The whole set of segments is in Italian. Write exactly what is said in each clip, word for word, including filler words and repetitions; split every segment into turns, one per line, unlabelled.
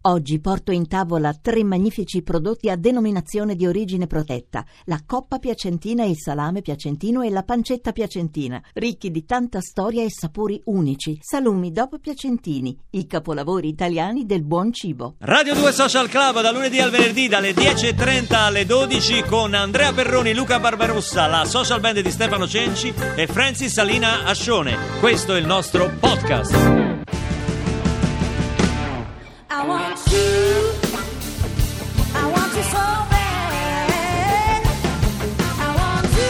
Oggi porto in tavola tre magnifici prodotti a denominazione di origine protetta: la coppa piacentina, il salame piacentino e la pancetta piacentina, ricchi di tanta storia e sapori unici. Salumi dopo piacentini, i capolavori italiani del buon cibo.
Radio due Social Club da lunedì al venerdì dalle dieci e trenta alle dodici con Andrea Perroni, Luca Barbarossa, la social band di Stefano Cenci e Francis Salina Ascione. Questo è il nostro podcast.
I want you, I want you so bad. I want you,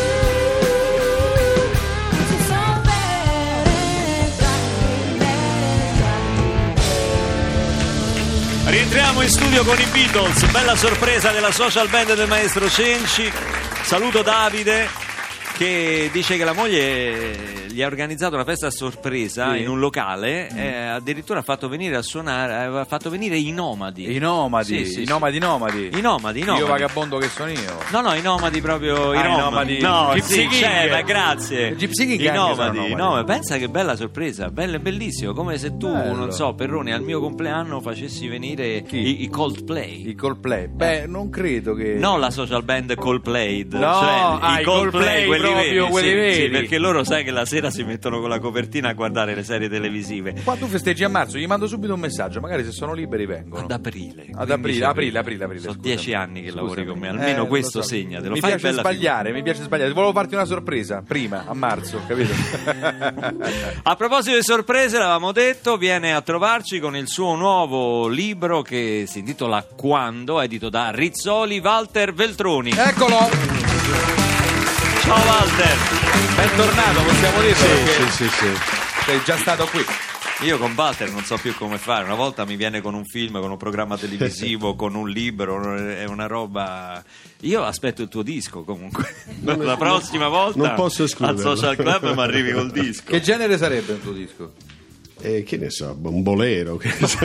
want you so bad. It's got me mad, it's got me mad.
Rientriamo in studio con i Beatles, bella sorpresa della social band del maestro Cenci. Saluto Davide che dice che la moglie gli ha organizzato una festa a sorpresa sì. in un locale mm. e addirittura ha fatto venire a suonare, aveva fatto venire i nomadi.
I nomadi,
sì, sì,
i
sì.
nomadi nomadi.
I nomadi, i nomadi.
Io vagabondo che sono io.
No, no, i nomadi proprio,
ah,
i nomadi. No,
Gypsy
sì, c'è, ma grazie.
Gypsy King
I nomadi,
nomadi.
No, pensa che bella sorpresa, bello, bellissimo, come se tu, bello. non so, Perroni, al mio compleanno facessi venire i, i Coldplay.
I Coldplay. Beh, eh. non credo che
No, la social band Coldplayed,
no,
cioè
ah,
i Coldplay,
Coldplay
quelli
proprio,
veri,
quelli
sì,
veri.
Sì, perché loro sai che la sera si mettono con la copertina a guardare le serie televisive.
Qua tu festeggi a marzo, gli mando subito un messaggio, magari se sono liberi vengono.
Ad aprile.
Ad aprile, aprile, aprile, aprile.
Sono
scusami.
dieci anni che
Scusami.
lavori con me, almeno
eh,
questo
so.
segnatelo.
Mi
Fai
piace
bella
sbagliare,
figura.
mi piace sbagliare. Volevo farti una sorpresa prima, a marzo, capito?
A proposito di sorprese, l'avevamo detto, viene a trovarci con il suo nuovo libro che si intitola Quando, edito da Rizzoli, Walter Veltroni.
Eccolo!
Ciao Walter!
Bentornato, possiamo dirlo?
Sì,
perché
sì, sì, sì.
sei già stato qui.
Io con Walter non so più come fare, una volta mi viene con un film, con un programma televisivo, con un libro, è una roba. Io aspetto il tuo disco comunque,
Non
la
è-
prossima volta
non posso
al
escluderlo.
Social Club mi arrivi col disco.
Che genere sarebbe un tuo disco?
Eh, che ne so, un bolero. Che ne so.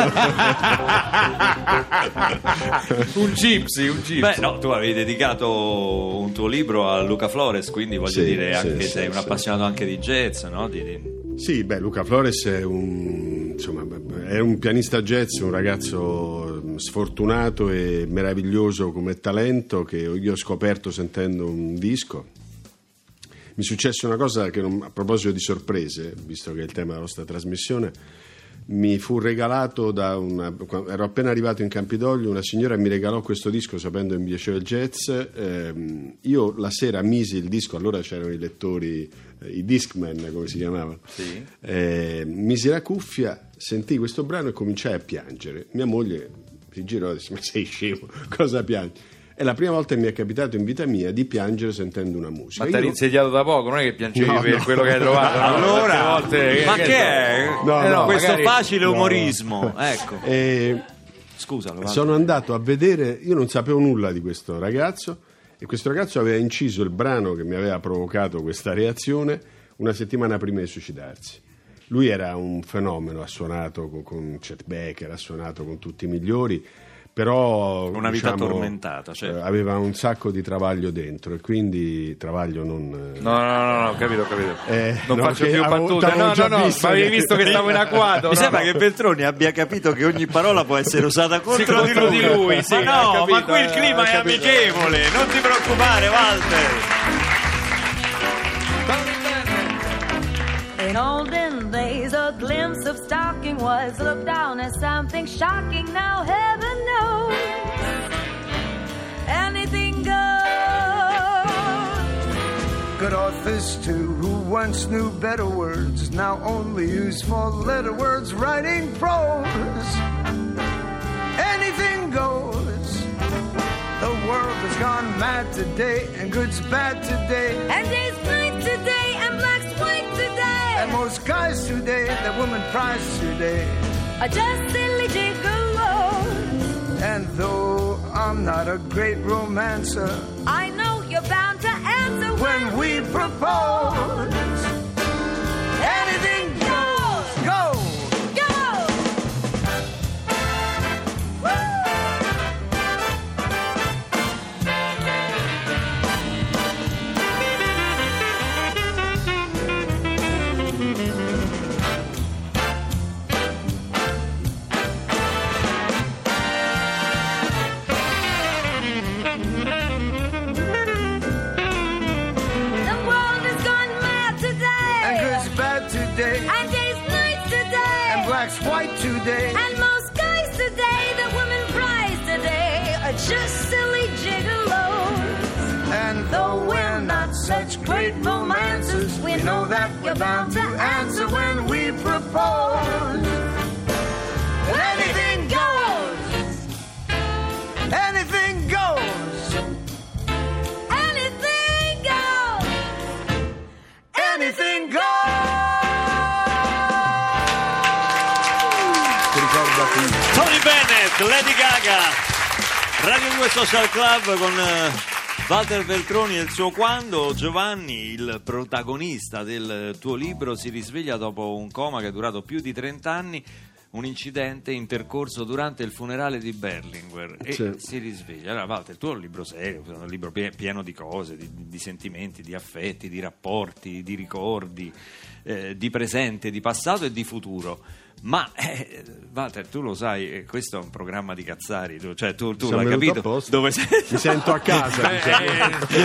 Un gypsy, un gypsy.
Beh, no, tu avevi dedicato un tuo libro a Luca Flores, quindi voglio
Sì,
dire
sì,
anche
sì,
sei un
sì.
appassionato anche di jazz, no? Di, di...
Sì, beh, Luca Flores è un, insomma, è un pianista jazz, un ragazzo sfortunato e meraviglioso come talento che io ho scoperto sentendo un disco. Mi è successa una cosa che non, a proposito di sorprese, visto che è il tema della nostra trasmissione, mi fu regalato da una, ero appena arrivato in Campidoglio, una signora mi regalò questo disco sapendo che mi piaceva il jazz. ehm, io la sera misi il disco, allora c'erano i lettori, eh, i Discman come si chiamavano,
Sì.
eh, misi la cuffia, sentii questo brano e cominciai a piangere. Mia moglie si girò e disse: ma sei scemo, cosa piangi? È la prima volta che mi è capitato in vita mia di piangere sentendo una musica.
Ma ti hai
Io-
insediato da poco, non è che piangevi
No,
per
no.
quello che hai trovato. no?
Allora,
Tante volte,
ma
che
che è?
No,
Eh no,
Questo
magari-
facile
no.
umorismo, ecco.
Eh,
Scusalo. Walter.
Sono andato a vedere, io non sapevo nulla di questo ragazzo e questo ragazzo aveva inciso il brano che mi aveva provocato questa reazione una settimana prima di suicidarsi. Lui era un fenomeno, ha suonato con, con Chet Baker, ha suonato con tutti i migliori, però
Una vita
diciamo,
tormentata, certo.
eh, aveva un sacco di travaglio dentro e quindi travaglio non... eh,
No, no, no, no, ho capito, ho capito.
Eh,
non
no,
faccio
che
più
avevo-
battute.
t'avevo
No,
già
no, no,
visto
ma avevi
che-
visto che stavo in agguato.
Mi
no,
sembra
no.
che Veltroni abbia capito che ogni parola può essere usata contro,
Sì, contro
di lui.
di lui, sì,
ma no,
ho capito,
ma qui il
eh,
clima
ho
è
capito.
amichevole, non ti preoccupare, Walter.
In olden days, a glimpse of stocking was looked down as something shocking. Now heaven knows anything goes.
Good authors too, who once knew better words, now only use four letter words writing prose. Anything goes. The world has gone mad today, and good's bad today.
And day's night today, and black's white today.
And most guys today, that woman prize today.
Are just silly gigolos.
And though I'm not a great romancer,
I know you're bound to answer
when we propose, anything goes. Go!
go.
today.
And most guys today, the women prize today, are just silly gigolos.
And though we're not such great romancers, we know that we're bound to answer when we propose. Anything goes. Anything goes.
Anything goes.
Anything goes.
Tony Bennett, Lady Gaga, Radio due Social Club con uh, Walter Veltroni e il suo Quando. Giovanni, il protagonista del tuo libro, si risveglia dopo un coma che è durato più di trenta anni, un incidente intercorso durante il funerale di Berlinguer, e sì. si risveglia. Allora, Walter, il tuo è un libro serio, un libro pieno di cose, di, di sentimenti, di affetti, di rapporti, di ricordi, eh, di presente, di passato e di futuro. Ma eh, Walter, tu lo sai, questo è un programma di cazzari, tu, cioè tu, tu l'hai capito dove sei?
Mi sento a casa.
eh,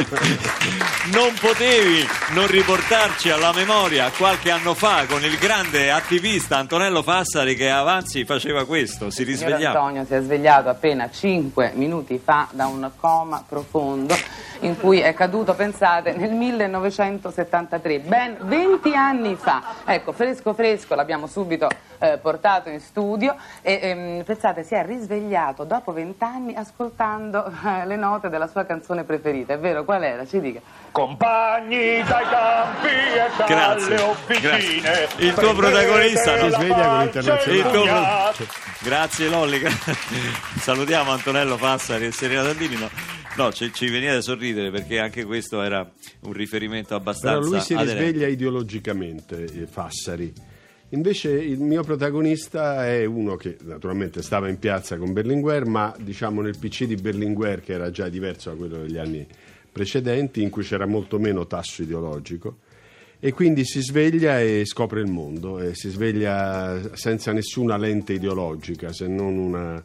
non potevi non riportarci alla memoria qualche anno fa con il grande attivista Antonello Fassari, che avanzi faceva questo, si risvegliava.
Signor Antonio si è svegliato appena cinque minuti fa da un coma profondo in cui è caduto, pensate, nel millenovecentosettantatré, ben venti anni fa. Ecco, fresco fresco, l'abbiamo subito eh, portato in studio e ehm, pensate, si è risvegliato dopo vent'anni ascoltando eh, le note della sua canzone preferita. È vero? Qual era? Ci dica.
Compagni dai campi e dalle
grazie,
officine.
Grazie. Il tuo protagonista
si sveglia con l'internazionale.
Tuo... Grazie Lolli. Salutiamo Antonello Fassari e Serena Tandini. No, no ci, ci veniva da sorridere perché anche questo era un riferimento abbastanza.
Però lui si
aderente.
risveglia ideologicamente, Fassari. Invece il mio protagonista è uno che naturalmente stava in piazza con Berlinguer, ma diciamo nel P C di Berlinguer, che era già diverso da quello degli anni precedenti, in cui c'era molto meno tasso ideologico, e quindi si sveglia e scopre il mondo, e si sveglia senza nessuna lente ideologica, se non una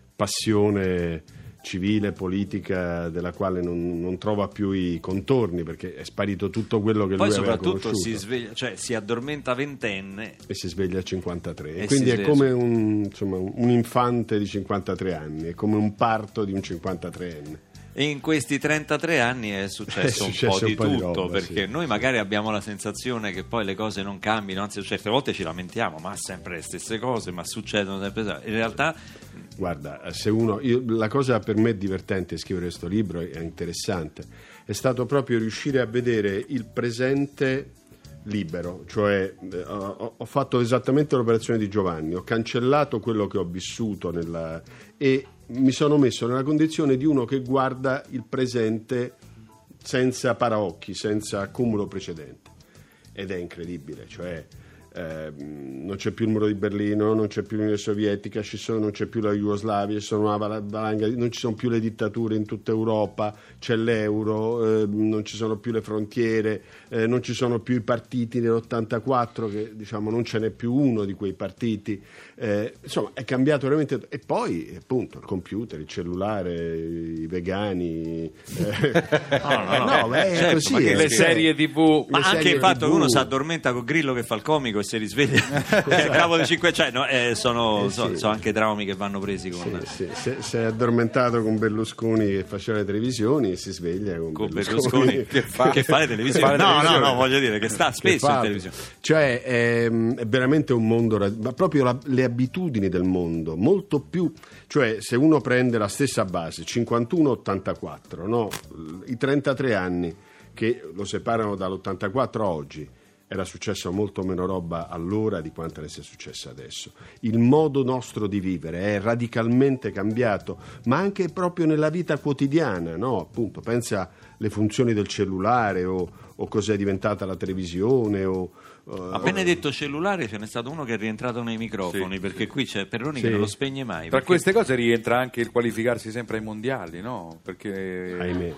passione civile, politica, della quale non, non trova più i contorni, perché è sparito tutto quello che
poi
lui aveva
soprattutto
conosciuto.
si sveglia, cioè si addormenta ventenne
e si sveglia a cinquantatré,
e
e quindi è
sveglia.
come un, insomma, un infante di cinquantatré anni, è come un parto di un cinquantatreenne.
E in questi trentatré anni è successo,
è successo
un po' di
un po'
tutto,
di roba,
perché
sì.
noi magari abbiamo la sensazione che poi le cose non cambino, anzi certe volte ci lamentiamo, ma sempre le stesse cose, ma succedono sempre. In realtà,
guarda, se uno, io, la cosa per me divertente di scrivere questo libro, è interessante, è stato proprio riuscire a vedere il presente libero, cioè eh, ho, ho fatto esattamente l'operazione di Giovanni, ho cancellato quello che ho vissuto nella, e mi sono messo nella condizione di uno che guarda il presente senza paraocchi, senza accumulo precedente, ed è incredibile, cioè eh, non c'è più il muro di Berlino, non c'è più l'Unione Sovietica, ci sono, non c'è più la Jugoslavia, ci sono una valanga, non ci sono più le dittature in tutta Europa, c'è l'euro, eh, non ci sono più le frontiere, eh, non ci sono più i partiti dell'ottantaquattro, che diciamo non ce n'è più uno di quei partiti, eh, insomma è cambiato veramente. E poi appunto il computer, il cellulare, i vegani, eh,
no, no, no,
no, beh, è
certo,
così,
ma che
è
le
che-
serie tivù,
ma
le
anche
serie
il fatto
tivù.
che uno si addormenta con Grillo che fa il comico e si risveglia che a capo di cinque, cioè no, eh, sono,
Eh,
so-
sì.
sono anche traumi che vanno presi con,
Sì, sì, se, se è addormentato con Berlusconi che faceva le televisioni, e si sveglia con,
con
Berlusconi,
Berlusconi che fa, che fa le televisioni.
Fa le
no,
televisioni.
no, no, voglio dire che sta
che
spesso
fa-
in televisione.
Cioè è, è veramente un mondo, ra- ma proprio la- le abitudini del mondo, molto più, cioè se uno prende la stessa base, cinquantuno ottantaquattro, no? I trentatré anni che lo separano dall'ottantaquattro a oggi, era successo molto meno roba allora di quanta ne sia successa adesso. Il modo nostro di vivere è radicalmente cambiato, ma anche proprio nella vita quotidiana, no? Appunto, pensa alle funzioni del cellulare o, o cos'è diventata la televisione o... uh,
Appena hai detto cellulare ce n'è stato uno che è rientrato nei microfoni,
Sì,
perché qui c'è Perroni
Sì.
che non lo spegne mai.
Tra
perché-
queste cose rientra anche il qualificarsi sempre ai mondiali, no? Perché
ahimè.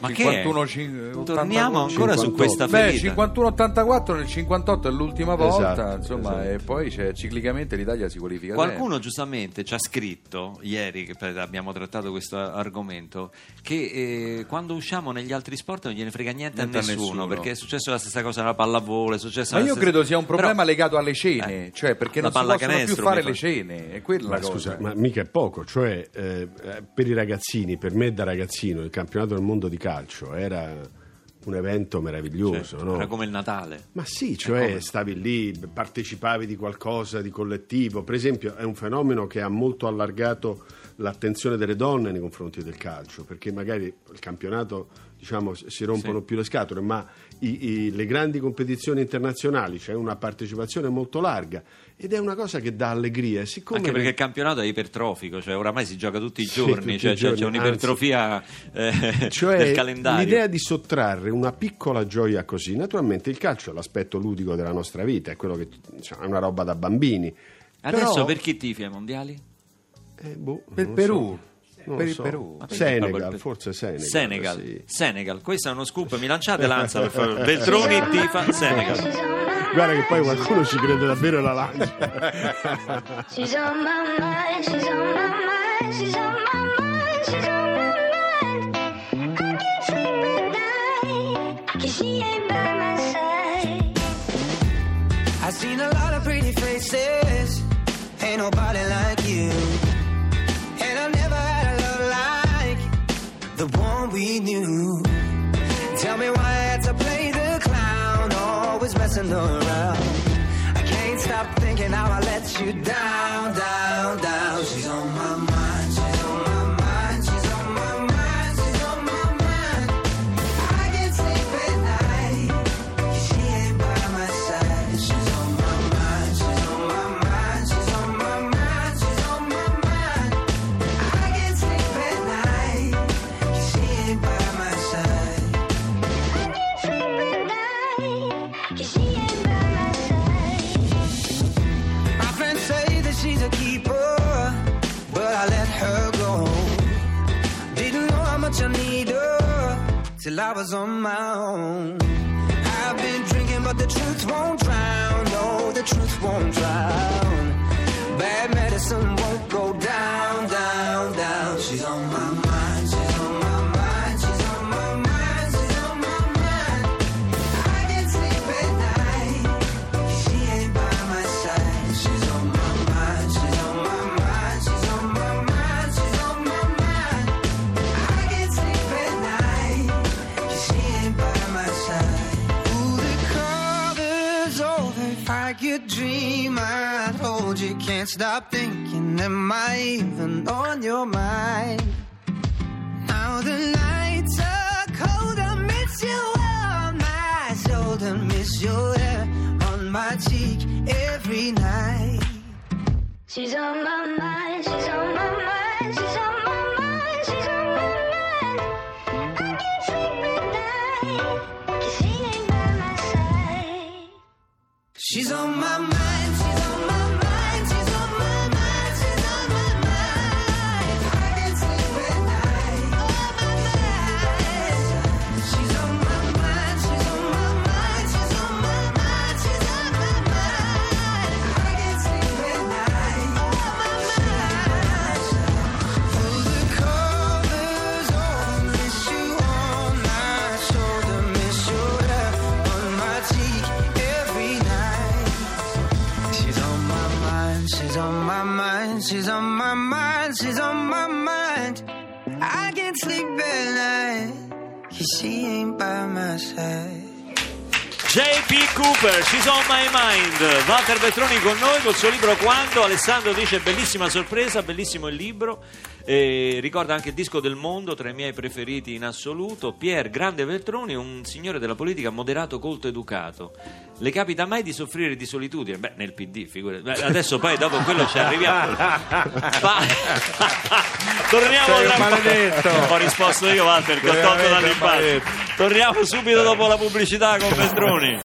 Ma
cinquantuno,
che
cin-
torniamo ancora
cinquantotto.
su questa
Beh,
ferita.
cinquantuno ottantaquattro nel cinquantotto è l'ultima volta,
Esatto,
insomma,
esatto.
e poi c'è, ciclicamente l'Italia si qualifica.
Qualcuno giustamente ci ha scritto ieri, che per- abbiamo trattato questo argomento, che eh, quando usciamo negli altri sport non gliene frega niente,
Niente
a
a
nessuno,
nessuno.
perché è successo la stessa cosa nella pallavolo, è successo
Ma
la
io
stessa-
credo sia un problema
Però-
legato alle cene,
Eh,
cioè perché
la
non si possono più
pallacanestro
fare
mi
le
fa-
cene, è quella
Ma
la cosa.
scusa, ma mica è poco, cioè eh, per i ragazzini, per me da ragazzino, il campionato del mondo di calcio era un evento meraviglioso,
Cioè,
no?
era come il Natale.
Ma sì, cioè
come?
stavi lì, partecipavi di qualcosa di collettivo. Per esempio è un fenomeno che ha molto allargato l'attenzione delle donne nei confronti del calcio, perché magari il campionato, diciamo, si rompono
Sì.
più le scatole, ma i- i- le grandi competizioni internazionali c'è una partecipazione molto larga ed è una cosa che dà allegria. Siccome
Anche perché il campionato è ipertrofico, cioè oramai si gioca tutti i
Sì,
giorni,
tutti
cioè,
i
c'è- c'è
giorni,
un'ipertrofia eh,
cioè
del calendario.
l'idea di sottrarre una piccola gioia così, naturalmente il calcio è l'aspetto ludico della nostra vita, è quello che cioè, è una roba da bambini.
Adesso
Però-
per chi tifi ai mondiali?
Eh, boh,
Per
non
Perù.
so. Non
Per
lo
il
so.
Perù.
Ma perché
Senegal,
proprio il-
forse Senegal.
Senegal,
sì.
Senegal, questo è uno scoop, mi lanciate l'anza per favore. Veltroni tifa Senegal.
Guarda che poi qualcuno ci crede davvero e la lancia.
She's on my mind, she's on my mind, she's on my mind, she's on my mind. I can't sleep at night, 'cause she ain't by my side.
I've seen a lot of pretty faces, ain't nobody like you. And I've never had a love like the one we knew. Tell me why I had to play the clown, always messing around. I can't stop thinking how I let you down, down, down. She's on my mind, she's on my mind, she's on my mind, she's on my mind. I can't sleep at night, 'cause she ain't by my side. She's on my mind, she's on my mind, she's on my mind, she's on my mind. I can't sleep at night, 'cause she ain't by my side.
I can't sleep at night, 'cause she ain't by my side.
My friends say that she's a keeper, but I let her go. Didn't know how much I need her till I was on my own. I've been drinking, but the truth won't drown. No, the truth won't drown. Bad medicine won't go down, down, down. She's on my mind, she's on my mind, she's on my mind, she's on my mind. I can't sleep at night, 'cause she ain't by my side. She's on my mind, she's on my mind, she's on my mind, she's on my mind. I can't sleep at night, 'cause she ain't by my side. Ooh, the cover's over. If I could dream, I'd hold you. Can't stop thinking, am I even on your mind? Now the nights are cold, I miss you on my shoulder, miss your hair on my cheek every night.
She's on my mind, she's on my mind, she's on my mind, she's on my mind. I can't sleep at night, 'cause she ain't by my side.
She's on my mind, she's on my mind, she's on my mind, she's on my mind. I can't sleep at night, on my mind. She's on my mind, she's on my mind, she's on my mind, she's on my mind. I can't sleep at night, on my mind. Pull the covers over, miss you on my shoulder, miss your hair on my cheek every night. She's on my mind, she's on my mind, she's on my mind, she's on my mind. I can't sleep at night, 'cause she ain't by my side.
J P Cooper, She's on my mind. Walter Veltroni con noi col suo libro Quando. Alessandro dice bellissima sorpresa, bellissimo il libro. E ricorda anche il disco del mondo, tra i miei preferiti in assoluto. Pier Grande Veltroni, un signore della politica moderato, colto, educato. Le capita mai di soffrire di solitudine? Beh, nel P D, figurati. Beh, adesso poi dopo quello ci arriviamo. Pa- Torniamo
Sei un
tra-
maledetto.
Ho risposto io, Walter, che ho tolto
Veramente un
dall'impatto.
maledetto.
Torniamo subito dopo la pubblicità con Veltroni.